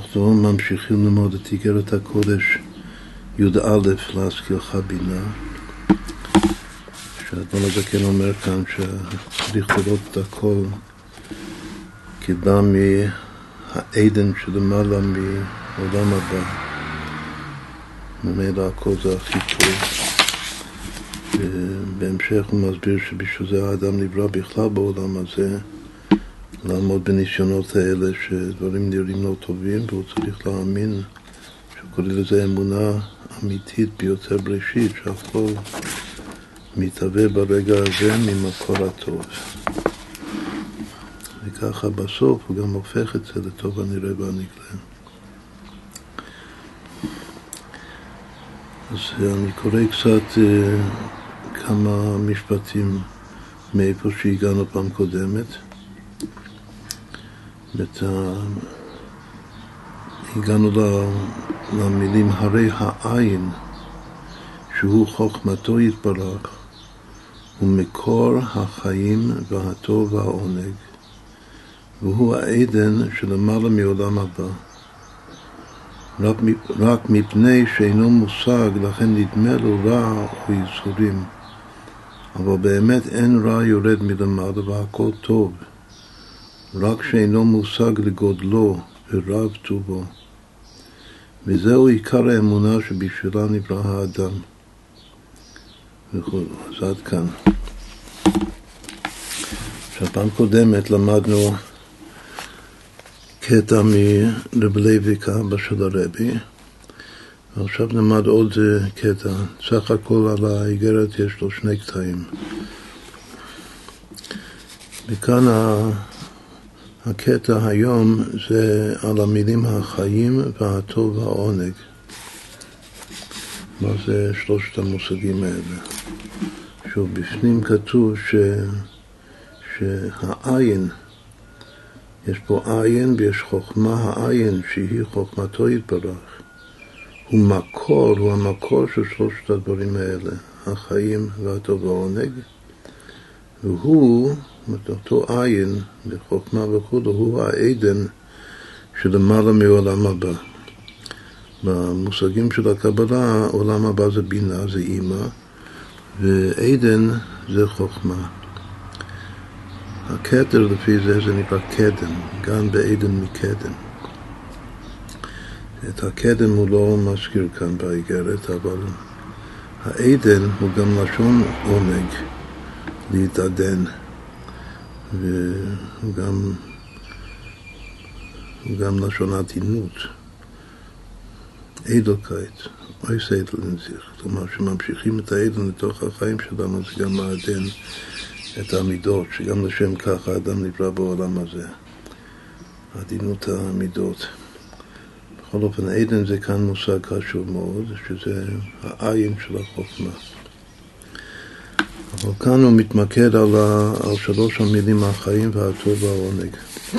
אנחנו ממשיכים ללמוד את איגרת הקודש י"א להשכילך בינה, שהאדמו"ר הזקן אומר כאן שצריך לראות את הכל כבא מהעדן שלמעלה מעולם הבא. ממילא הכל זה הכי טוב. ובהמשך הוא מסביר שבשביל זה האדם נברא בכלל בעולם הזה, לעמוד בניסיונות האלה שדברים נראים לא טובים, והוא צריך להאמין, שקורא לזה אמונה אמיתית ביותר בראשית, שהכל מתהווה ברגע הזה ממקור הטוב. וככה בסוף הוא גם הופך את זה לטוב הנראה והנגלה. אז אני קורא קצת כמה משפטים מאיפה שהגענו פעם קודמת. הגענו למילים הרי העין, שהוא חוכמתו יתברך, הוא מקור החיים והטוב והעונג, והוא העדן שלמעלה מעולם הבא. רק מפני שאינו מושג, לכן נדמה לו רע או ייסורים, אבל באמת אין רע יורד מלמעלה והכל טוב, רק שאינו מושג לגודלו ורב טובו. וזהו עיקר האמונה שבשבילה נברא האדם. וכו'. אז עד כאן. פעם קודמת למדנו קטע מרב לויקה בשל הרבי, ועכשיו נלמד עוד קטע. סך הכל על האיגרת יש לו 2 קטעים. וכאן הקטע היום זה על המילים החיים והטוב והעונג. מה זה 3 המושגים האלה? שוב, בפנים כתוב שהעין, יש פה עין ויש חוכמה. העין שהיא חוכמתו יתברך, הוא מקור, הוא המקור של 3 הדברים האלה, החיים והטוב והעונג, והוא, אותו עין וחוכמה וכו', הוא העדן שלמעלה מעולם הבא. במושגים של הקבלה, עולם הבא זה בינה, זה אימא, ועדן זה חוכמה. הכתר לפי זה נקרא קדם, גם בעדן מקדם. את הקדם הוא לא מזכיר כאן באיגרת, אבל העדן הוא גם לשון עונג, להתעדן, והוא גם לשון עדינות, עדלקייט, אויס עדלנזיך. כלומר, שממשיכים את העדן לתוך החיים שלנו, זה גם מעדן את המידות, שגם לשם ככה האדם נברא בעולם הזה, עדינות המידות. בכל אופן, עדן זה כאן מושג חשוב מאוד, שזה העין של החוכמה. אבל כאן הוא מתמקד על 3 המילים, החיים והטוב והעונג.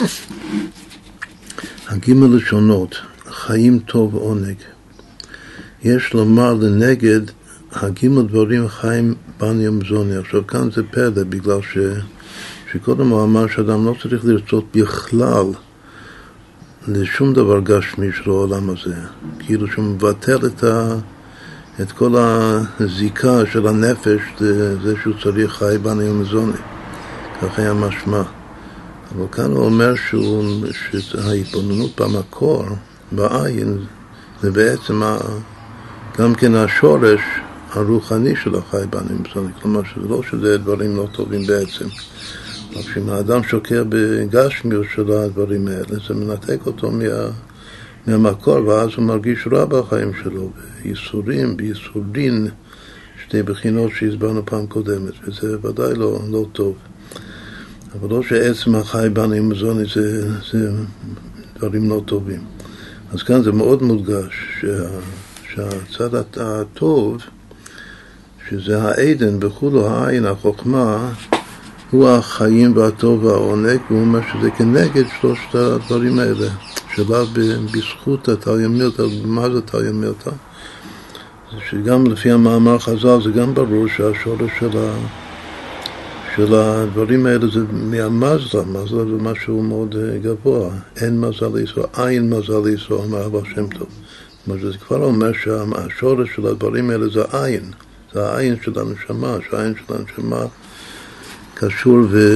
הגימל לשונות, חיים טוב עונג. יש לומר לנגד הגימל דברים חיים בני ומזוני. עכשיו כאן זה פלא, בגלל שקודם הוא אמר שאדם לא צריך לרצות בכלל לשום דבר גשמי של העולם הזה. כאילו שהוא מבטל את כל הזיקה של הנפש, זה שהוא צריך חי בני ומזוני. כך היה משמע. אבל כאן הוא אומר שההתבוננות במקור, בעין, זה בעצם גם כן השורש הרוחני של החי בני ומזוני. כלומר, שזה לא שזה דברים לא טובים בעצם. אבל כשאם האדם שוקע בגשמיות של הדברים האלה, זה מנתק אותו מהמקור, ואז הוא מרגיש רע בחיים שלו, בייסורין, 2 בחינות שהסברנו פעם קודמת, וזה ודאי לא טוב. אבל לא שעצם החי בני ומזוני זה דברים לא טובים. אז כאן זה מאוד מודגש שהצד הטוב, שזה העדן וכולו, העין, החוכמה, הוא החיים והטוב והעונג, והוא אומר שזה כנגד 3 הדברים האלה, שלב בזכות התליא מילתא. מה זה תליא מילתא? שגם לפי המאמר חז"ל זה גם ברור שהשורש של הדברים האלה זה מהמזל, מזל זה משהו מאוד גבוה, אין מזל לישראל, אין מזל לישראל, אמר הבעל שם טוב. זה כבר אומר שהשורש של הדברים האלה זה עין, זה העין של הנשמה, שהעין של הנשמה קשור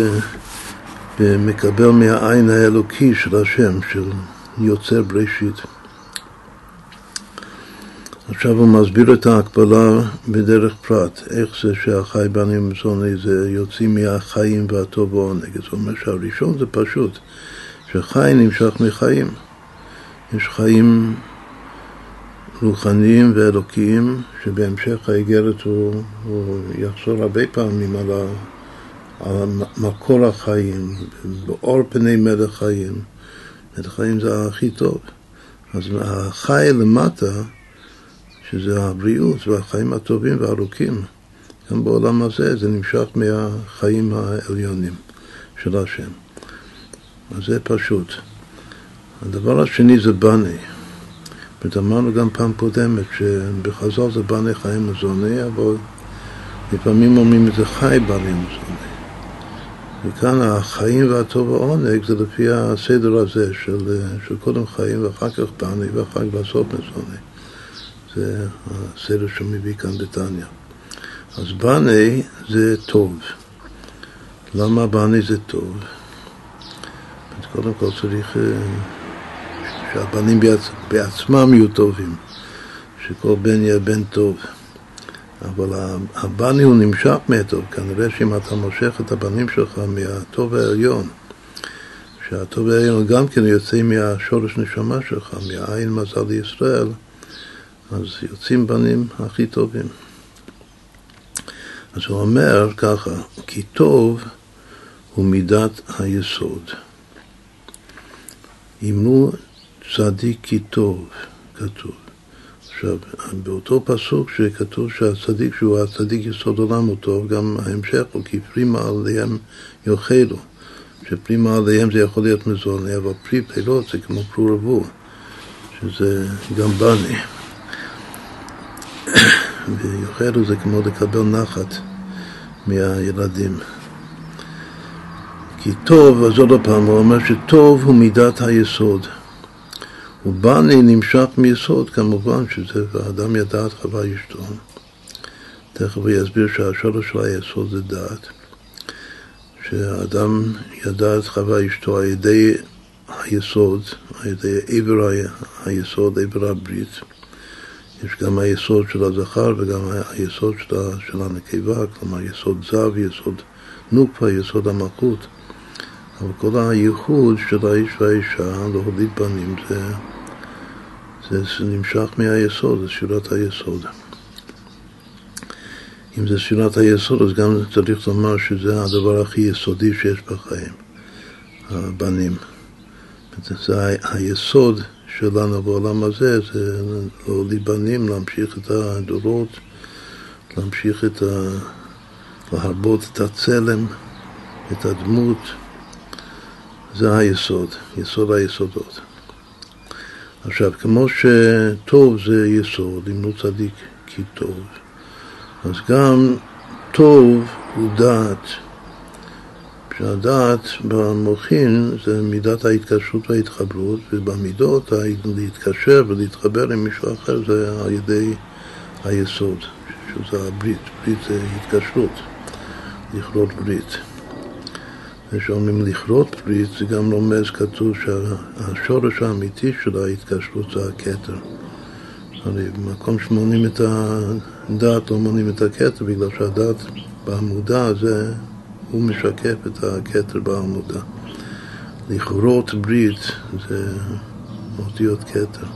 ומקבל מהעין האלוקי של השם, של יוצר בראשית. עכשיו הוא מסביר את ההקבלה בדרך פרט, איך זה שהחי בנים ובזוני זה יוצאים מהחיים והטוב והעונג. זאת אומרת שהראשון זה פשוט, שחי נמשך מחיים. יש חיים רוחניים ואלוקיים, שבהמשך האיגרת הוא יחזור הרבה פעמים על מקור החיים, באור פני מלך חיים. מלך חיים זה הכי טוב. אז החי למטה, שזה הבריאות והחיים הטובים והארוכים, גם בעולם הזה זה נמשך מהחיים העליונים של השם. אז זה פשוט. הדבר השני זה בני. אמרנו גם פעם קודמת שבחז"ל זה בני חיים וזוני, אבל לפעמים אומרים את זה חי בני וזוני. וכאן החיים והטוב והעונג זה לפי הסדר הזה של קודם חיים ואחר כך בני ואחר כך בסוף מזוני. זה הסדר שמביא כאן בתניא. אז בני זה טוב. למה בני זה טוב? קודם כל צריך שהבנים בעצמם יהיו טובים, שכל בן יהיה בן טוב. אבל הבני הוא נמשך מהטוב. כנראה שאם אתה מושך את הבנים שלך מהטוב העליון, שהטוב העליון גם כן יוצא מהשורש נשמה שלך, מהעין מזל לישראל, אז יוצאים בנים הכי טובים. אז הוא אומר ככה, כי טוב הוא מידת היסוד. אמרו צדיק כי טוב, כתוב. עכשיו, באותו פסוק שכתוב שהצדיק שהוא הצדיק יסוד עולם הוא טוב, גם ההמשך הוא כי פרי מעליהם יאכלו. שפרי מעליהם זה יכול להיות מזוני, אבל פרי פירות זה כמו פרו רבו, שזה גם בני. ויאכלו זה כמו לקבל נחת מהילדים. כי טוב, אז עוד פעם, הוא אומר שטוב הוא מידת היסוד. ובני נמשך מיסוד, כמובן שזה, האדם ידעת חווה אשתו. תכף הוא יסביר שהשורש של היסוד זה דעת. שהאדם ידעת חווה אשתו על ידי היסוד, על ידי עבר היסוד, עבר הברית. יש גם היסוד של הזכר וגם היסוד של הנקבה, כלומר יסוד זב, יסוד נוקפה, יסוד המלכות. אבל כל הייחוד של האיש והאישה, להוליד בנים, זה נמשך מהיסוד, זה ספירת היסוד. אם זה ספירת היסוד, אז גם צריך לומר שזה הדבר הכי יסודי שיש בחיים, הבנים. זה היסוד שלנו בעולם הזה, זה להוליד בנים, להמשיך את הדורות, להמשיך להרבות את הצלם, את הדמות. זה היסוד, יסוד היסודות. עכשיו, כמו שטוב זה יסוד, אם לא צדיק כי טוב, אז גם טוב הוא דעת. שהדעת במוחין זה מידת ההתקשרות וההתחברות, ובמידות להתקשר ולהתחבר עם מישהו אחר זה על ידי היסוד, שזה הברית. ברית זה התקשרות, לכרות ברית. ושאומרים לכרות ברית זה גם רומז, כתוב שהשורש האמיתי של ההתקשרות זה הכתר. הרי במקום שמונים את הדעת לא מונים את הכתר, בגלל שהדעת בעמודה זה הוא משקף את הכתר בעמודה. לכרות ברית זה אותיות כתר.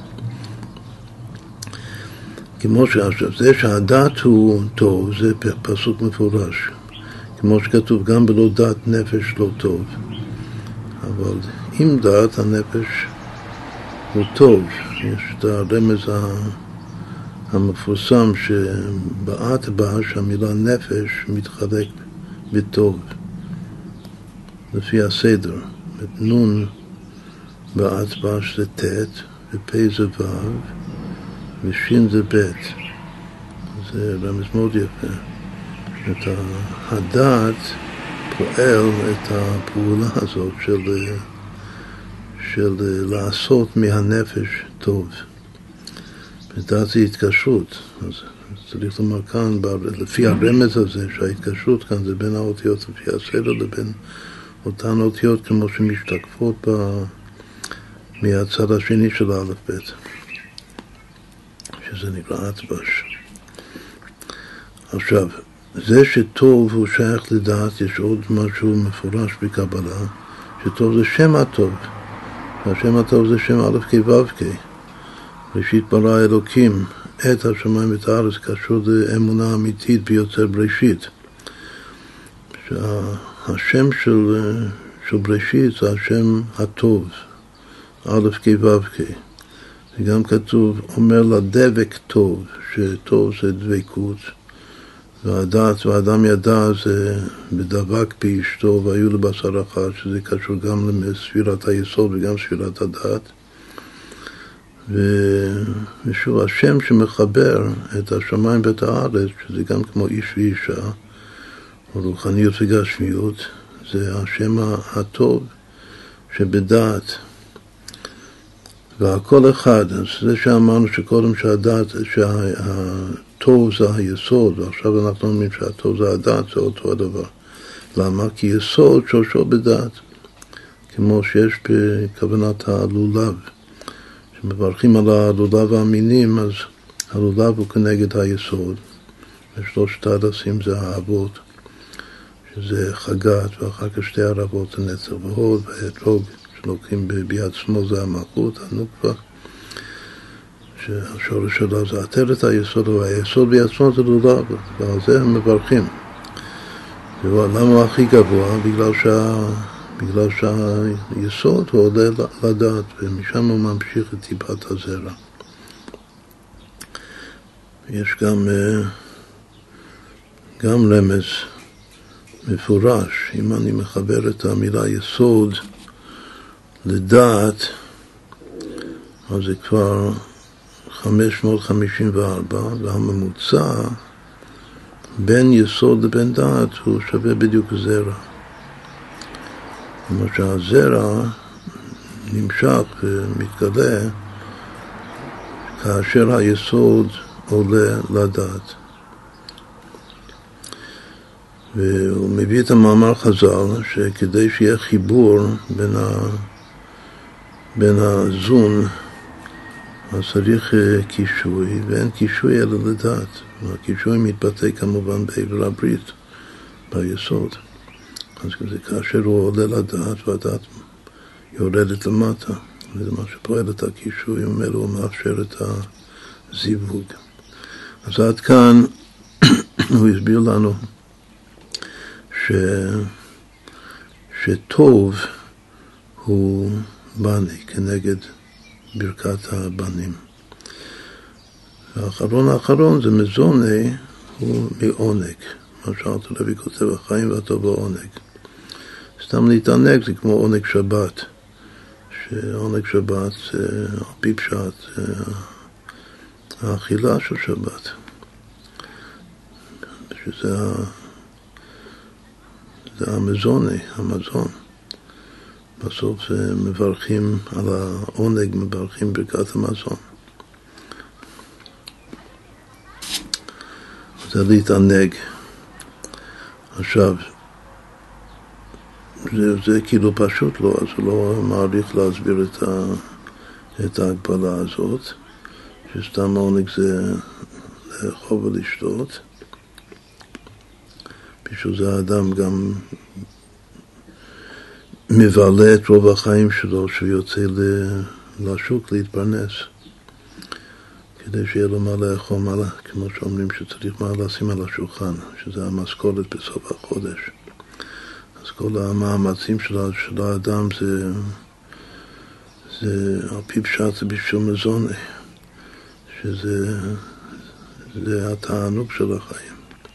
כמו שעכשיו, זה שהדעת הוא טוב, זה פסוק מפורש. כמו שכתוב, גם בלא דעת נפש לא טוב. אבל עם דעת הנפש הוא טוב. יש את הרמז המפורסם שבעת בה שהמילה נפש מתחלק בטוב. לפי הסדר. נון בעת בה שזה ת' ופה זה ו' ושין זה ב'. זה רמז מאוד יפה. הדעת פועל את הפעולה הזאת של לעשות מהנפש טוב. ודעת זה התקשרות. אז צריך לומר כאן, לפי הרמז הזה, שההתקשרות כאן זה בין האותיות לפי הסדר לבין אותן אותיות כמו שמשתקפות מהצד השני של א' ב', שזה נקרא אצבש. עכשיו, זה שטוב הוא שייך לדעת, יש עוד משהו מפורש בקבלה, שטוב זה שם הטוב. השם הטוב זה שם א' כ' ו' כ'. ראשית ברא אלוקים את השמיים ואת הארץ, קשור לאמונה אמיתית ביוצר בראשית. השם של בראשית זה השם הטוב, א' כ' ו' כ'. וגם כתוב, אומר לדבק טוב, שטוב זה דבקות, והדעת והאדם ידע זה בדבק באשתו והיו לבשר אחד, שזה קשור גם לספירת היסוד וגם ספירת הדעת. ושוב, השם שמחבר את השמיים ואת הארץ, שזה גם כמו איש ואישה, או רוחניות וגשמיות, זה השם הטוב שבדעת. והכל אחד, אז זה שאמרנו שקודם שהטוב זה היסוד, ועכשיו אנחנו אומרים שהטוב זה הדעת, זה אותו הדבר. למה? כי יסוד שורשו בדעת, כמו שיש בכוונת הלולב. כשמברכים על הלולב והמינים, אז הלולב הוא כנגד היסוד. ושלושת ההדסים זה האבות, שזה חגת, ואחר כך שתי ערבות, הנצר והוד והאתרוג, שלוקחים ביד שמאל זה המלכות, הנוקבה, שהשורש שלה זה עטרת היסוד, והיסוד בעצמו זה לולב, ועל זה הם מברכים. למה הוא הכי גבוה? בגלל שהיסוד הוא עולה לדעת, ומשם הוא ממשיך את טיפת הזרע. יש גם רמז מפורש, אם אני מחבר את המילה יסוד לדעת, אז זה כבר 554, והממוצע בין יסוד לבין דעת הוא שווה בדיוק זרע. כלומר שהזרע נמשך ומתגלה כאשר היסוד עולה לדעת. והוא מביא את המאמר חז"ל שכדי שיהיה חיבור בין הזון, אז צריך קישוי, ואין קישוי אלא לדעת. הקישוי מתבטא כמובן בעבר הברית, ביסוד. אז זה כאשר הוא עולה לדעת, והדעת יורדת למטה. וזה מה שפועל את הקישוי, הוא מאפשר את הזיווג. אז עד כאן הוא הסביר לנו שטוב הוא בני כנגד ברכת הבנים. האחרון זה מזוני, הוא מעונג. מה שאלת לוי כותב, החיים והטוב העונג. סתם להתענג זה כמו עונג שבת. שעונג שבת זה על פי פשט, זה האכילה של שבת. שזה המזוני, המזון. בסוף מברכים על העונג, מברכים ברכת המזון. זה להתענג. עכשיו, זה כאילו פשוט לא, אז הוא לא מעריך להסביר את ההגבלה הזאת, שסתם העונג זה לאכול ולשתות. בשביל זה האדם גם מבלה את רוב החיים שלו, שהוא יוצא לשוק להתפרנס, כדי שיהיה לו מה לאכול, כמו שאומרים שצריך מה לשים על השולחן, שזה המשכורת בסוף החודש. אז כל המאמצים של האדם זה על פי פשט זה בשביל מזוני, שזה התענוג של החיים.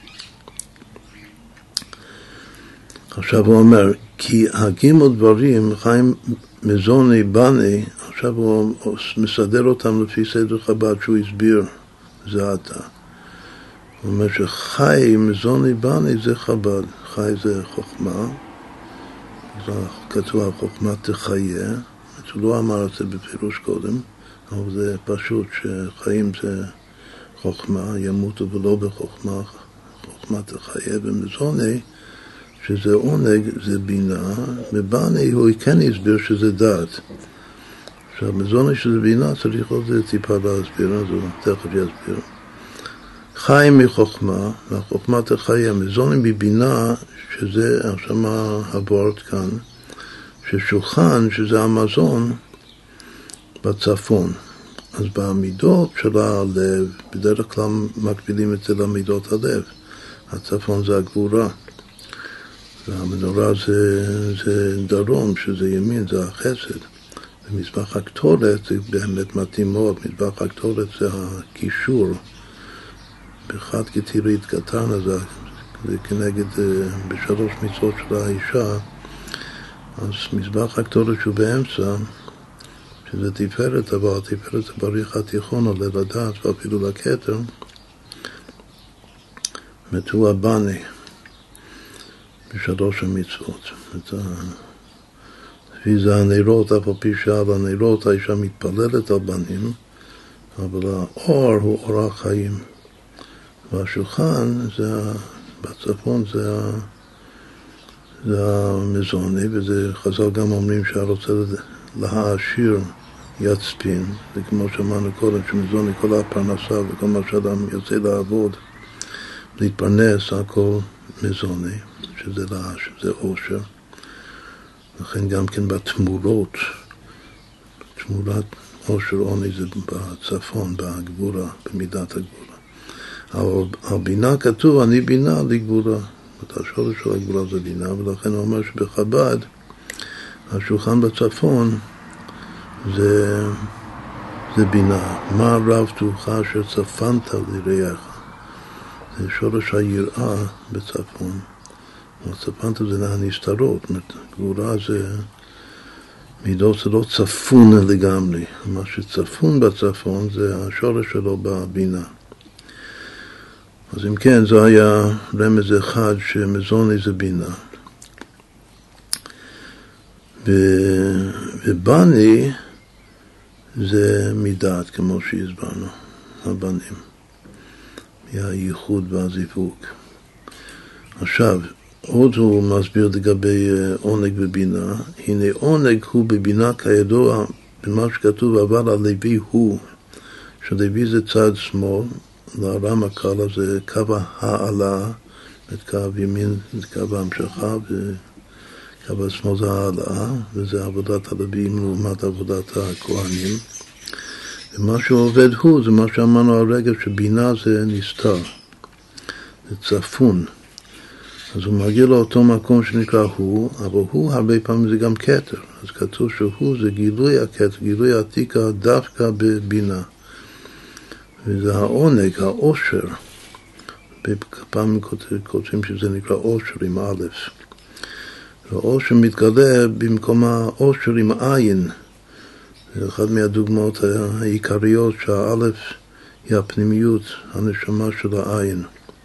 עכשיו הוא אומר, כי הגימות דברים, חיים מזוני בני, עכשיו הוא מסדר אותם לפי סדר חב"ד שהוא הסביר, זה אתה. הוא אומר שחי מזוני בני זה חב"ד. חי זה חוכמה, כתוב על חוכמה תחיה, הוא לא אמר את זה בפירוש קודם, אבל זה פשוט שחיים זה חוכמה, ימותו ולא בחוכמה, חוכמה תחיה, ומזוני, שזה עונג, זה בינה, ובני הוא כן הסביר שזה דעת. עכשיו, מזוני שזה בינה, צריך עוד טיפה להסביר, אז הוא תכף יסביר. חיים מחוכמה, והחוכמה תחיה, מזוני מבינה, שזה עכשיו הבורד כאן, ששולחן, שזה המזון, בצפון. אז בעמידות של הלב, בדרך כלל מקבילים את זה לעמידות הלב. הצפון זה הגבורה. והמנורה זה דרום, שזה ימין, זה החסד. ומזבח הקטורת זה באמת מתאים מאוד. מזבח הקטורת זה הקישור. בחד כתירית קטן, אז זה כנגד בשלוש מצוות של האישה. אז מזבח הקטורת שהוא באמצע, שזה תפארת, אבל תפארת זה בריך התיכון, עולה לדעת ואפילו לכתר, מתו הבני בשלוש המצוות. לפי זה הנרות, אף על פי שעל הנרות האישה מתפללת על בנים, אבל האור הוא אור החיים. והשולחן, בצפון זה המזוני, וזה חז"ל גם אומרים שהרוצה להעשיר יצפין, זה כמו שאמרנו קודם, שמזוני כל הפרנסה וכל מה שאדם יוצא לעבוד, להתפרנס, הכל מזוני, שזה להעשיר, זה עושר. לכן גם כן בתמורות, תמורת עושר עוני זה בצפון, בגבורה, במידת הגבורה. אבל בינה כתוב, אני בינה לגבורה. השורש של הגבורה זה בינה, ולכן הוא אומר שבחב"ד, השולחן בצפון זה בינה. מה רב תורך אשר צפנת לרעך? זה שורש היראה בצפון. צפנת זה הנסתרות. גבורה זה מידות זה לא צפון לגמרי. מה שצפון בצפון זה השורש שלו בבינה. אז אם כן, זה היה רמז אחד שמזוני זה בינה. ובני זה מידת, כמו שהסברנו, הבנים. מהייחוד והזיווג. עכשיו, עוד הוא מסביר לגבי עונג בבינה. הנה עונג הוא בבינה כידוע, במה שכתוב, אבל הלוי הוא, שלוי זה צד שמאל, לרם הקלה זה קו העלה, את קו ימין זה קו ההמשכה, וקו השמאל זה העלה, וזה עבודת הלוויים לעומת עבודת הכהנים. ומה שעובד הוא, זה מה שאמרנו הרגע, שבינה זה נסתר, זה צפון. אז הוא מגיע לאותו מקום שנקרא הוא, אבל הוא הרבה פעמים זה גם כתר. אז כתוב שהוא זה גילוי הכתר, גילוי העתיקה דווקא בבינה. וזה העונג, העושר. פעמים כותבים שזה נקרא עושר עם א'. והעושר מתגלה במקום העושר עם עין. זה אחד מהדוגמאות העיקריות שהאלף היא הפנימיות, הנשמה של העין.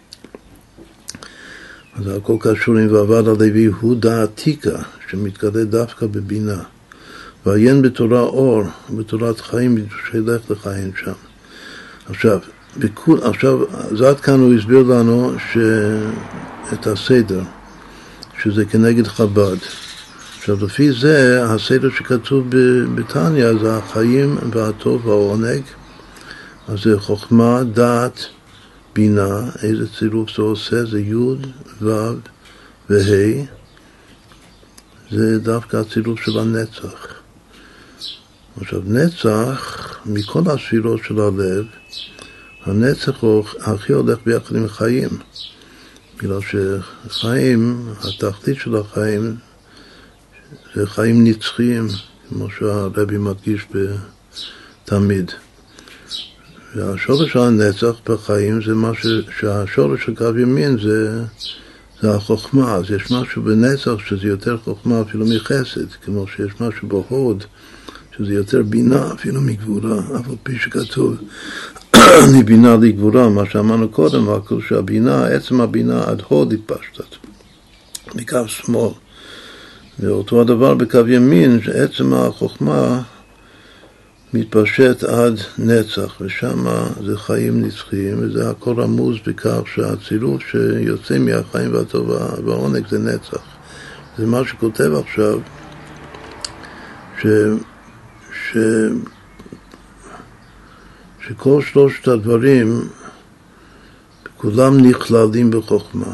אז הכל קשור עם ועבד הלוי הוא דעתיקה, שמתגלה דווקא בבינה. ועיין בתורה אור, בתורת חיים, שילך לחיים שם. עכשיו, אז עד כאן הוא הסביר לנו את הסדר, שזה כנגד חב"ד. עכשיו, לפי זה, הסדר שכתוב בתניא, זה החיים והטוב והעונג, אז זה חוכמה, דעת, בינה, איזה צירוף זה עושה, זה י' ו' וה', זה דווקא הצירוף של הנצח. עכשיו, נצח, מכל הספירות של הלב, הנצח הוא הכי הולך ביחד עם חיים, בגלל שחיים, התכלית של החיים, זה חיים נצחיים, כמו שהרבי מדגיש תמיד. והשורש של הנצח בחיים זה מה שהשורש של קו ימין זה החוכמה. אז יש משהו בנצח שזה יותר חוכמה אפילו מחסד, כמו שיש משהו בהוד שזה יותר בינה אפילו מגבורה, אף על פי שכתוב מבינה לגבורה, מה שאמרנו קודם, הכל שהבינה, עצם הבינה עד הוד התפשטת. בקו שמאל. ואותו הדבר בקו ימין, שעצם החוכמה מתפשט עד נצח, ושם זה חיים נצחיים, וזה הכל רמוז בכך שהאצילות שיוצא מהחיים והטוב והעונג זה נצח. זה מה שכותב עכשיו, שכל שלושת הדברים כולם נכללים בחוכמה.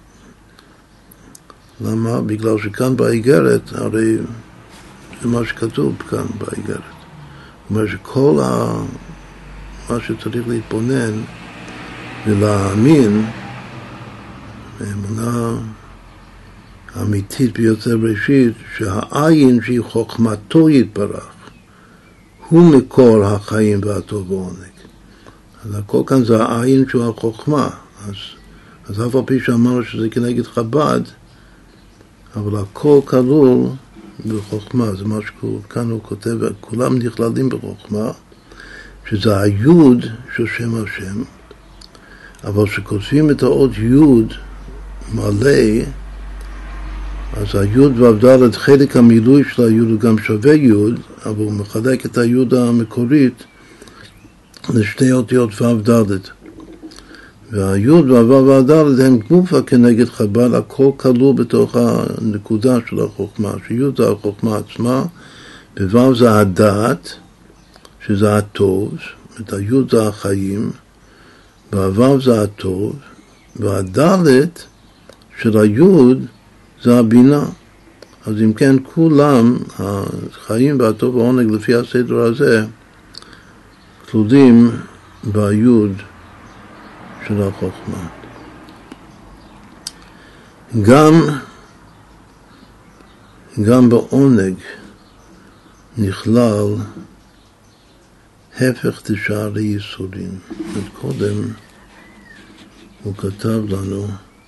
למה? בגלל שכאן באיגרת, הרי זה מה שכתוב כאן באיגרת. זאת אומרת שכל מה שצריך להתבונן ולהאמין, האמונה האמיתית ביותר ראשית, שהעין שהיא חוכמתו יתברך, הוא מקור החיים והטוב והעונג. אז הכל כאן זה העין שהוא החוכמה. אז אף על פי שאמרנו שזה כנגד חב"ד, אבל הכל כלול בחוכמה. זה מה שכאן הוא כותב, כולם נכללים בחוכמה, שזה היוד של שם השם. אבל כשכותבים את האות יוד מלא, אז היוד והבדלת, חלק המילוי של היוד הוא גם שווה יוד, אבל הוא מחלק את היוד המקורית לשתי אותיות והבדלת. והיוד והבדלת הם גופה כנגד חב"ד, הכל כלול בתוך הנקודה של החוכמה, שיוד זה החוכמה עצמה, ובו זה הדעת, שזה הטוב, את היוד זה החיים, והוו זה הטוב, והדלת של היוד זה הבינה. אז אם כן, כולם, החיים והטוב והעונג לפי הסדר הזה, כלולים ביוד של החוכמה. גם בעונג נכלל הפך תשערי ייסורים. קודם הוא כתב לנו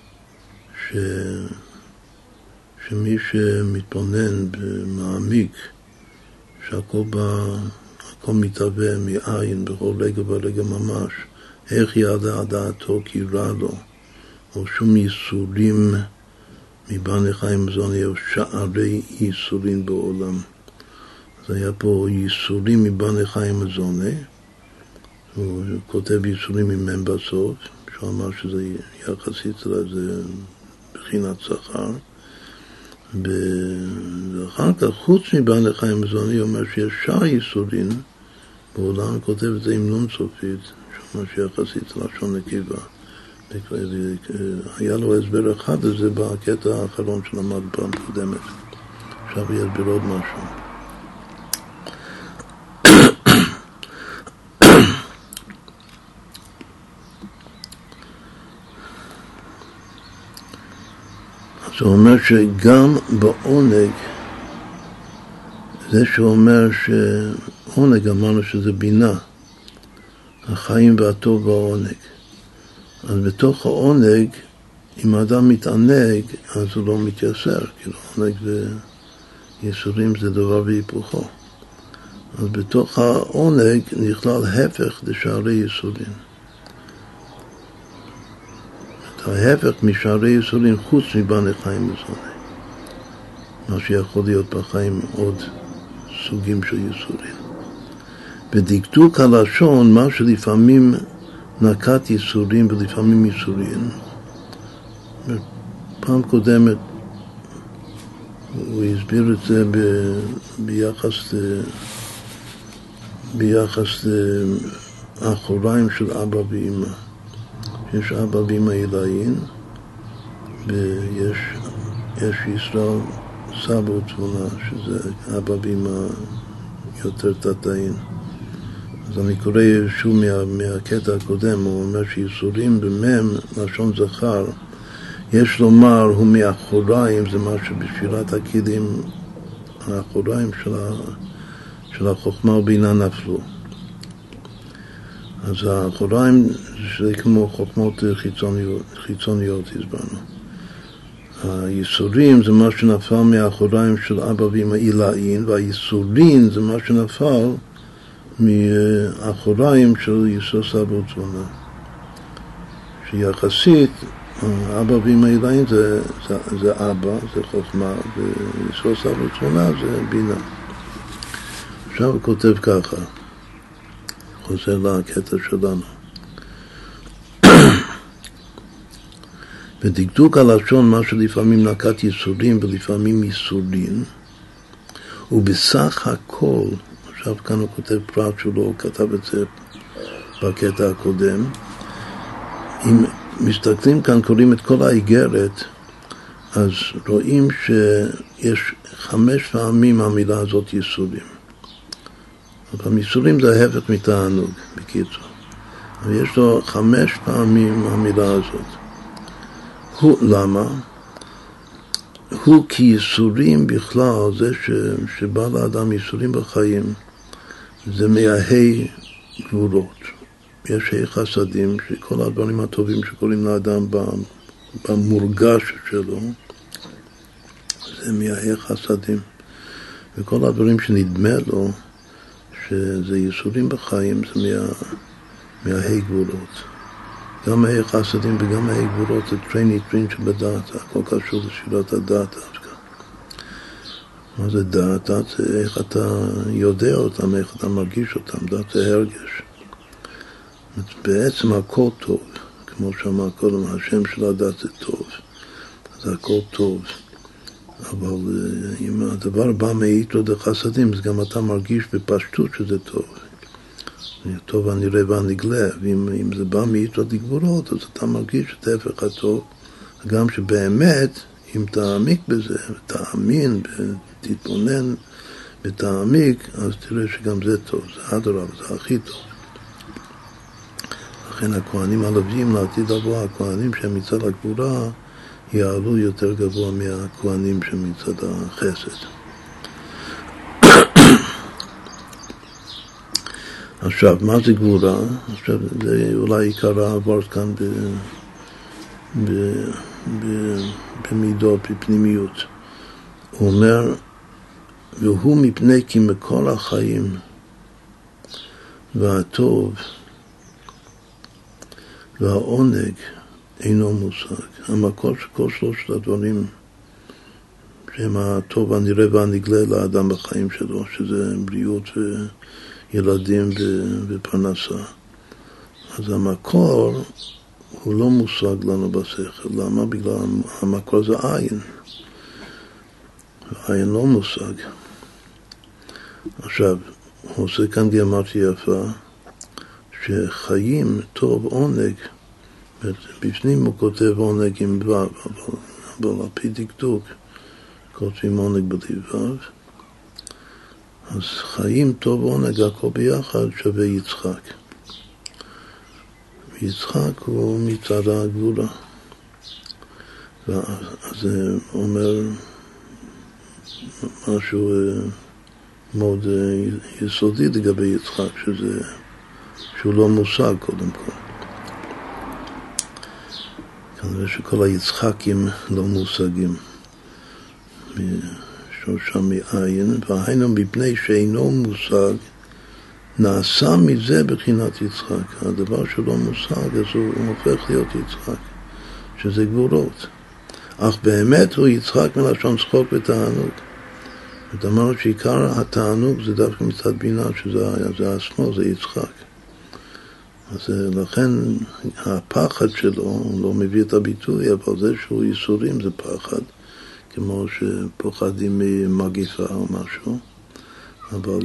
שמי שמתבונן ומעמיק, שהכל מתהווה מעין בכל רגע ורגע ממש, איך יעלה דעתו כי רע לו, או שום ייסורים מבעלי חיים מזוני, או שערי ייסורים בעולם. אז היה פה ייסורים מבעלי חיים מזוני, הוא כותב ייסורים ממם בסוף, שהוא אמר שזה יחסית לזה בחינת שכר, ואחר כך חוץ מבעלי חיים מזוני הוא אומר שיש שער ייסורים בעולם, הוא כותב את זה עם נון סופית, שהוא אומר שיחסית לשון נקבה. היה לו הסבר אחד לזה בקטע האחרון שלמד פעם קודמת. עכשיו יסביר עוד משהו. זה אומר שגם בעונג, זה שאומר שעונג אמרנו שזה בינה, החיים והטוב והעונג. אז בתוך העונג, אם האדם מתענג, אז הוא לא מתייסר, כי עונג ויסורים זה דבר והיפוכו. אז בתוך העונג נכלל הפך לשערי יסורים. ההפך משערי ייסורים חוץ מבעלי חיים מזוני. מה שיכול להיות בחיים עוד סוגים של ייסורים. בדקדוק הלשון, מה שלפעמים נקט ייסורים ולפעמים ייסורים. פעם קודמת הוא הסביר את זה ביחס לאחוריים של אבא ואמא. יש אבא ואמא עילאיים, ויש ישראל סבא ותבונה, שזה אבא ואמא יותר תתאים. אז אני קורא שוב מהקטע הקודם, הוא אומר שיסורים במם, לשון זכר, יש לומר, הוא מאחוריים, זה מה שבשירת הכלים, האחוריים של החוכמה ובינה נפלו. אז האחוריים זה כמו חוכמות חיצוניות, הסברנו. הייסורים זה מה שנפל מהאחוריים של אבא ואמא עילאיים, והייסורים זה מה שנפל מאחוריים של יסוד סבא ותבונה. שיחסית אבא ואמא עילאים זה אבא, זה חוכמה, ויסוד סבא ותבונה זה בינה. עכשיו הוא כותב ככה, חוזר לקטע שלנו. ודקדוק הלשון, מה שלפעמים נקט יסורים ולפעמים ייסורים, ובסך הכל, עכשיו כאן הוא כותב פרט שהוא לא כתב את זה בקטע הקודם, אם מסתכלים כאן, קוראים את כל האיגרת, אז רואים שיש 5 פעמים המילה הזאת ייסורים. אבל ייסורים זה ההפך מתענוג, בקיצור. אבל יש לו 5 פעמים המילה הזאת. למה? הוא כי ייסורים בכלל, זה שבא לאדם ייסורים בחיים, זה מההי גבולות. יש ה' חסדים, שכל הדברים הטובים שקוראים לאדם במורגש שלו, זה מהה' חסדים. וכל הדברים שנדמה לו, שזה ייסורים בחיים, זה מהה' גבולות. גם הה' חסדים וגם הה' גבולות זה טרין שבדעת, הכל קשור לשאלת הדעת. מה זה דעת? דעת זה איך אתה יודע אותם, איך אתה מרגיש אותם, דעת זה הרגש. בעצם הכל טוב, כמו שאמר קודם, השם של הדעת זה טוב, אז הכל טוב. אבל אם הדבר בא מאיתו דחסדים, אז גם אתה מרגיש בפשטות שזה טוב. טוב הנראה והנגלה, ואם זה בא מאיתו דגבורות, אז אתה מרגיש את ההפך הטוב, גם שבאמת, אם תעמיק בזה, ותאמין, ותתבונן, ותעמיק, אז תראה שגם זה טוב, זה אדרבה, זה הכי טוב. לכן הכהנים הלוויים לעתיד לבוא, הכהנים שמצד הגבורה יעלו יותר גבוה מהכהנים שמצד החסד. עכשיו, מה זה גבורה? עכשיו, זה אולי עיקר העברת כאן במידות, בפנימיות. הוא אומר, והוא מפני כי מכל החיים והטוב והעונג אינו מושג. המקור שכל 3 הדברים שהם הטוב הנראה והנגלה לאדם בחיים שלו, שזה בריאות וילדים ופרנסה. אז המקור הוא לא מושג לנו בשכל. למה? בגלל המקור זה עין. עין לא מושג. עכשיו, הוא עושה כאן גמרתיה יפה, שחיים טוב עונג, בפנים הוא כותב עונג עם ו', אבל על פי דקדוק כותבים עונג בלי ו', אז חיים טוב עונג הכל ביחד שווה יצחק. ויצחק הוא מצד הגבולה. אז זה אומר משהו מאוד יסודי לגבי יצחק, שהוא לא מושג קודם כל. כנראה שכל היצחקים לא מושגים שורשם מעין, והיינו מפני שאינו מושג, נעשה מזה בחינת יצחק. הדבר שלא מושג, אז הוא הופך להיות יצחק, שזה גבולות. אך באמת הוא יצחק מלשון צחוק ותענוג. זאת אומרת שעיקר התענוג זה דווקא מצד בינה, שזה עצמו, זה יצחק. אז לכן הפחד שלו, הוא לא מביא את הביטוי, אבל זה שהוא ייסורים זה פחד, כמו שפוחדים ממגיפה או משהו. אבל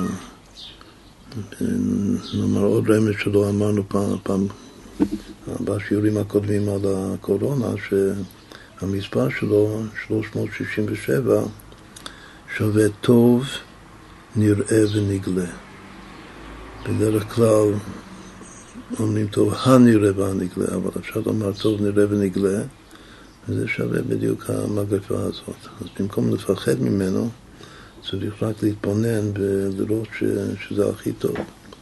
נאמר עוד רמז שלא אמרנו פעם בשיעורים הקודמים על הקורונה, שהמספר שלו 367 שווה טוב, נראה ונגלה. בדרך כלל אומרים טוב הנראה והנגלה, אבל אפשר לומר טוב נראה ונגלה, וזה שווה בדיוק המגפה הזאת. אז במקום לפחד ממנו, צריך רק להתבונן ולראות שזה הכי טוב.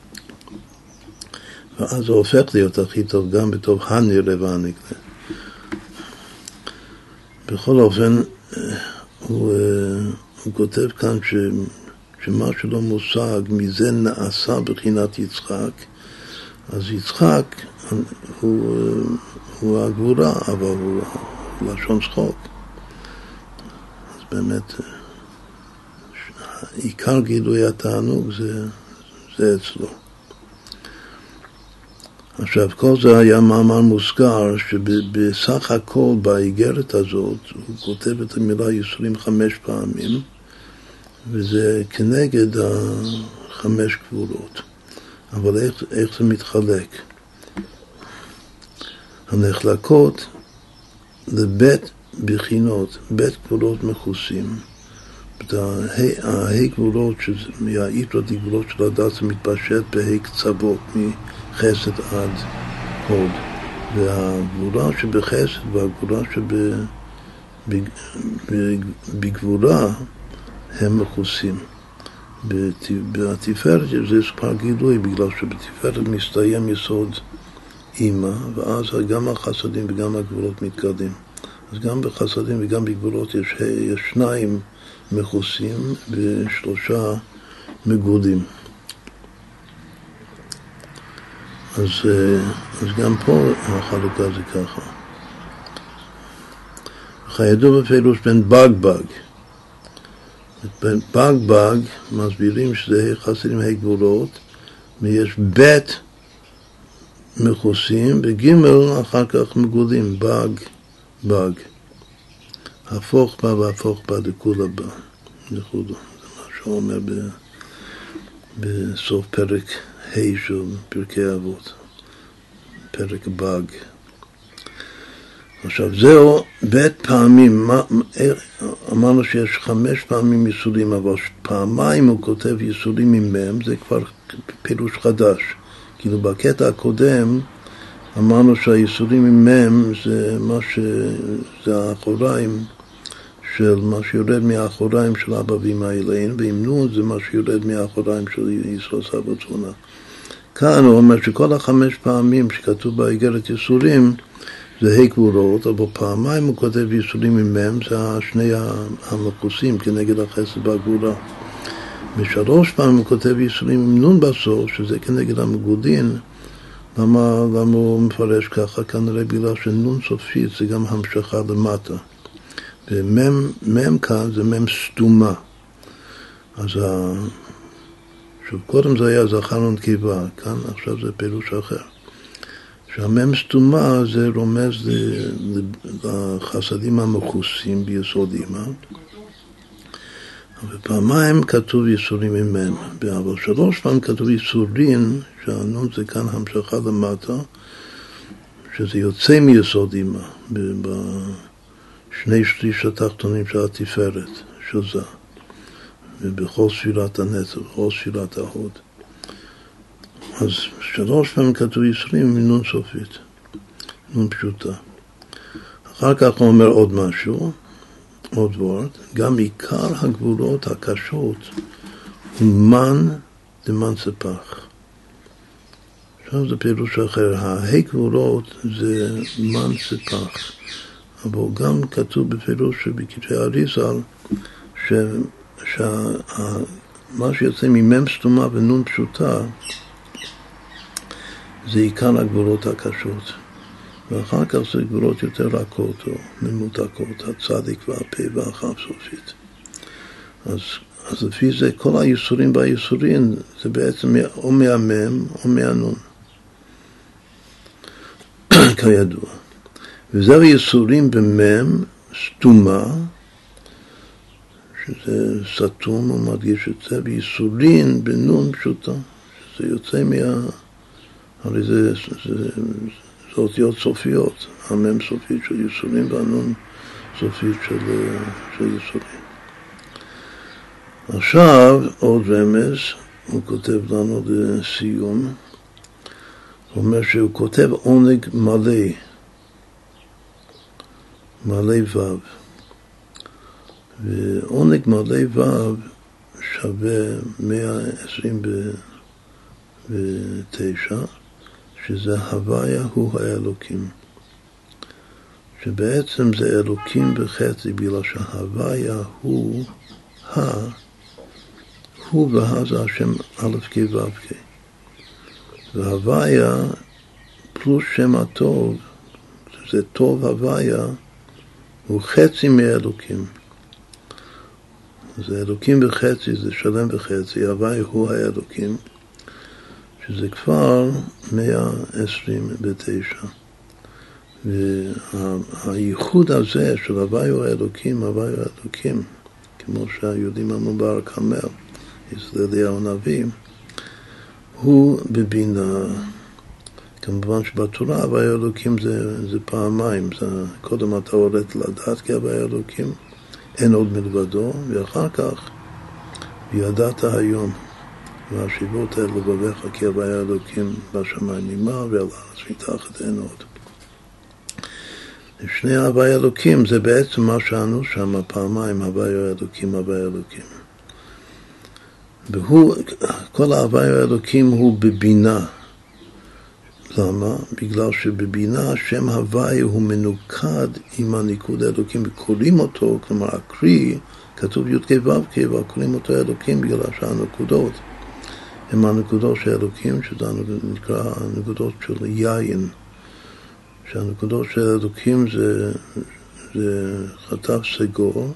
ואז זה הופך להיות הכי טוב גם בטוב הנראה והנגלה. בכל אופן, הוא כותב כאן שמה שלא מושג, מזה נעשה בחינת יצחק, אז יצחק הוא הגבורה, אבל הוא לשון צחוק. אז באמת, עיקר גילוי התענוג זה אצלו. עכשיו, כל זה היה מאמר מוסגר, שבסך הכל באיגרת הזאת, הוא כותב את המילה ייסורים 5 פעמים, וזה כנגד 5 גבורות. אבל איך זה מתחלק? הנחלקות לבית בחינות, בית גבולות מכוסים. ההי גבולות, היתרות גבולות של הדת, זה מתפשט בהי קצוות, מחסד עד הוד. והגבולה שבחסד והגבולה שבגבולה הם מכוסים. בתפארת זה כבר גילוי, בגלל שבתפארת מסתיים יסוד אימא, ואז גם החסדים וגם הגבולות מתגלים. אז גם בחסדים וגם בגבולות יש 2 מכוסים ו3 מגולים. אז גם פה החלוקה זה ככה. כידוע בפירוש בין בג. בין בג מסבירים שזה חסדים הגבולות, ויש בית מכוסים, וגימל אחר כך מגולים, בג. הפוך בה והפוך בה דכולה בה. זה מה שהוא אומר בסוף פרק ה' של פרקי אבות, פרק בג. עכשיו זהו בית פעמים, אמרנו שיש 5 פעמים ייסורים, אבל פעמיים הוא כותב ייסורים עם מם, זה כבר פירוש חדש. כאילו בקטע הקודם אמרנו שהייסורים עם מם זה האחוריים של מה שיורד מהאחוריים של אבא ואמא אליהם, ועם נון זה מה שיורד מהאחוריים של ישראל סבא וצפונה. כאן הוא אומר שכל 5 פעמים שכתוב באיגרת ייסורים זה ה' גבורות, אבל פעמיים הוא כותב ייסורים עם מם, זה 2 המכוסים כנגד החסד והגבורה. ו3 פעמים הוא כותב ייסורים עם נון בסוף, שזה כנגד המגודין. למה הוא מפרש ככה? כנראה בגלל שנון סופית זה גם המשכה למטה. ומם כאן זה מם סתומה. אז שוב, קודם זה היה זכר ונקבה, כאן עכשיו זה פירוש אחר. שהמם סתומה זה רומז לחסדים המכוסים ביסוד אימא. ופעמיים כתוב ייסורים עם מם, אבל 3 פעמים כתוב ייסורים, שהנון זה כאן המשכה למטה, שזה יוצא מיסוד אימא, בשני שליש התחתונים של התפארת, של זה, ובכל ספירת הנצח, בכל ספירת ההוד. אז 3 פעמים כתוב ייסורים עם נון סופית, נון פשוטה. אחר כך הוא אומר עוד משהו, עוד וורט, גם עיקר הגבולות הקשות הוא מן דמן ספח. עכשיו זה פירוש אחר, הגבולות זה מן ספח, אבל גם כתוב בפירוש שבכתבי אריז"ל שמה שיוצא ממם סתומה ונון פשוטה זה עיקר הגבולות הקשות. ואחר כך זה גבולות יותר רכות או ממותקות, הצדיק והפה והחף סופית. אז לפי זה כל הייסורים והייסורים זה בעצם או מהמם או מהנון, כידוע. וזהו ייסורים במם סתומה, שזה סתום, הוא מדגיש את זה, וייסורים בנון פשוטה, שזה יוצא הרי זה אותיות סופיות, המם סופית של ייסורים והנון סופית של ייסורים. עכשיו עוד רמז, הוא כותב לנו לסיום, הוא אומר שהוא כותב עונג מלא וו, ועונג מלא וו שווה 129, שזה הוויה הוא האלוקים. שבעצם זה אלוקים בחצי, בגלל שההוויה הוא הוא והה זה השם א' כ' ו' כ'. והוויה פלוס שם הטוב, זה טוב הוויה, הוא חצי מהאלוקים. זה אלוקים בחצי, זה שלם בחצי, הוויה הוא האלוקים, שזה כבר 129. והייחוד הזה של הוויה הוא האלוקים, הוויה הוא האלוקים, כמו שהיהודים המברק אומר, אליהו הנביא, הוא בבינה. כמובן שבתורה הוויה אלוקים זה פעמיים, זה קודם אתה הולך לדעת כי הוויה אלוקים, אין עוד מלבדו, ואחר כך וידעת היום, והשיבות האלה לבביך כי הוויה אלוקים בשמיים ממעל ועל הארץ מתחת אין עוד. שני הוויה אלוקים זה בעצם מה שענו שם פעמיים, הוויה אלוקים, הוויה אלוקים. והוא, כל ההוויה האלוקים הוא בבינה. למה? בגלל שבבינה השם הוויה הוא מנוקד עם הניקוד האלוקים וקוראים אותו, כלומר הקרי, כתוב י' כ' ו' כ' וקוראים אותו האלוקים בגלל שהנקודות הם הנקודות של האלוקים, שזה נקרא הנקודות של יין, שהנקודות של האלוקים זה חטף סגור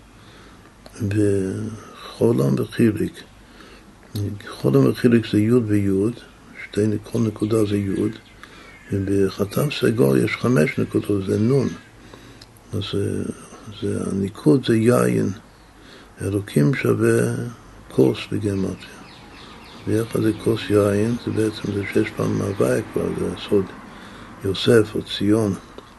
וחולם וחיריק. חולם וחיריק זה י' וי', כל נקודה זה י', ובחטף סגור יש 5 נקודות, זה נון. אז הניקוד זה יין. אלוקים שווה כוס בגימטריה. ויחד זה כוס יין, זה בעצם זה 6 פעמים הוויה כבר, זה סוד יוסף או ציון.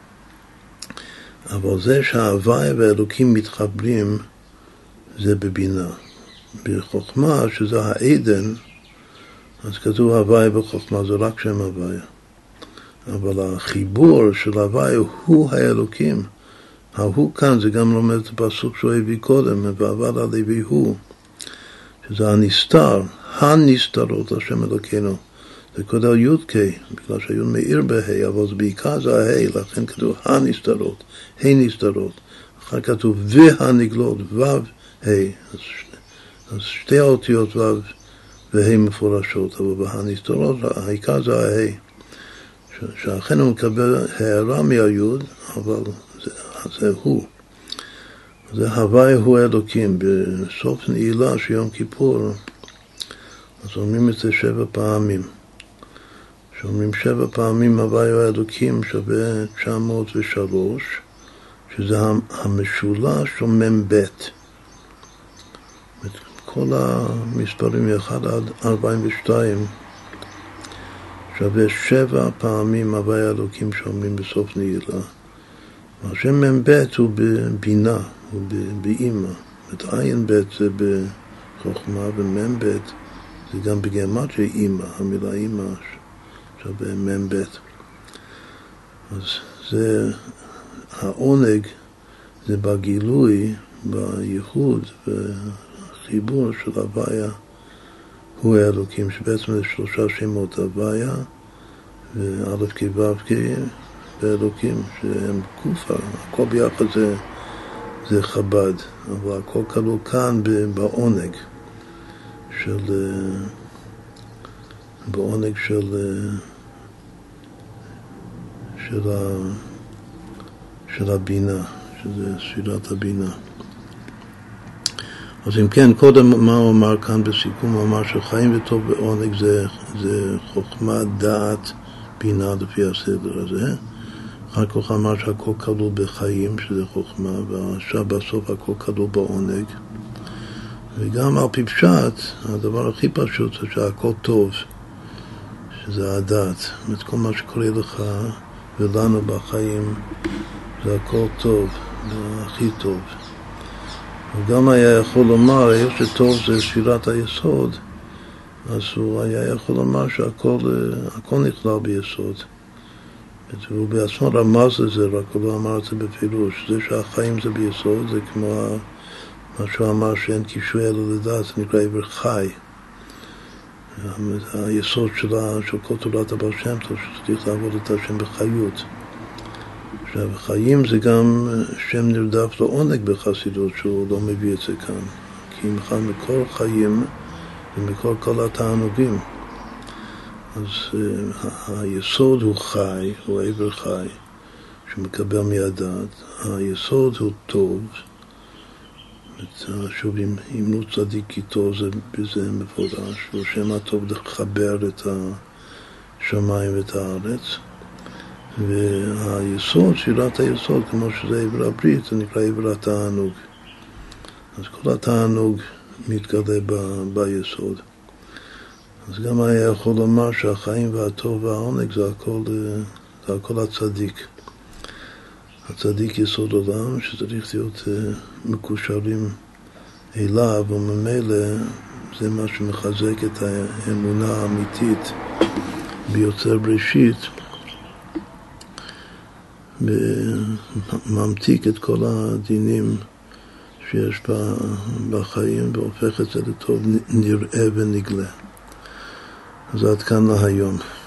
אבל זה שההוויה והאלוקים מתחברים, זה בבינה. בחוכמה, שזה העדן, אז כתוב הוויה בחוכמה, זה רק שם הוויה. אבל החיבור של הוויה הוא האלוקים. ההוא כאן, זה גם לומד את הפסוק שהוא הביא קודם, ועבד על הביא הוא, שזה הנסתר, הנסתרות, השם אלוקינו. זה כולל י' כ', בגלל שהי' מאיר בה', אבל זה בעיקר זה הה', לכן כתוב הנסתרות, ה' נסתרות. אחר כתוב והנגלות, ו' ה', אז שתי האותיות ו' וה' מפורשות, אבל בהנסתרות, העיקר זה הה', שאכן הוא מקבל הערה מהיוד, אבל זה הוא. זה הוויה הוא אלוקים. בסוף נעילה של יום כיפור, אז אומרים את זה 7 פעמים. שאומרים 7 פעמים הוויה הוא אלוקים שווה 903, שזה המשולש של מ"ב. כל המספרים 1 עד 42 שווה 7 פעמים הוויה אלוקים שאומרים בסוף נעילה. השם מ"ב הוא בבינה, הוא באימא. את עין ב' זה בחוכמה, ומ"ב זה גם בגימטריה אימא, המילה אימא שווה מ"ב. אז זה העונג, זה בגילוי, בייחוד וחיבור של הוויה הוא האלוקים, שבעצם זה 3 שמות, הוויה וא' כ' ו' כ' ואלוקים, שהם קופה, הכל ביחד זה חב"ד, אבל הכל כלול כאן בעונג של הבינה, שזה ספירת הבינה. אז אם כן, קודם מה הוא אמר כאן בסיכום, הוא אמר שחיים וטוב בעונג זה חוכמה, דעת, בינה לפי הסדר הזה. אחר כך אמר שהכל כלול בחיים, שזה חוכמה, ועכשיו בסוף הכל כלול בעונג. וגם על פי פשט, הדבר הכי פשוט זה שהכל טוב, שזה הדעת. זאת אומרת, כל מה שקורה לך ולנו בחיים, זה הכל טוב, זה הכי טוב. הוא גם היה יכול לומר, איך שטוב זה ספירת היסוד, אז הוא היה יכול לומר שהכל נכלל ביסוד. הוא בעצמו רמז לזה, רק הוא לא אמר את זה בפירוש. זה שהחיים זה ביסוד, זה כמו מה שהוא אמר שאין קישוי אלא לדעת, זה נקרא עבר חי. היסוד של כל תורת הבעל שם טוב, שצריך לעבוד את השם בחיות. עכשיו, חיים זה גם שם נרדף לעונג בחסידות, שהוא לא מביא את זה כאן. כי אם אחד מכל חיים ומכל כל התענוגים. אז היסוד הוא חי, הוא עבר חי, שמקבל מהדעת. היסוד הוא טוב, שוב, אם לא צדיק איתו, בזה מפורש, הוא שם הטוב לחבר את השמיים ואת הארץ. והיסוד, שירת היסוד, כמו שזה עבר הברית, זה נקרא עבר התענוג. אז כל התענוג מתגלה ביסוד. אז גם היה יכול לומר שהחיים והטוב והעונג זה הכל הצדיק. הצדיק יסוד עולם שצריך להיות מקושרים אליו, וממילא זה מה שמחזק את האמונה האמיתית ביוצר בראשית, וממתיק את כל הדינים שיש בחיים והופך את זה לטוב נראה ונגלה. אז עד כאן להיום.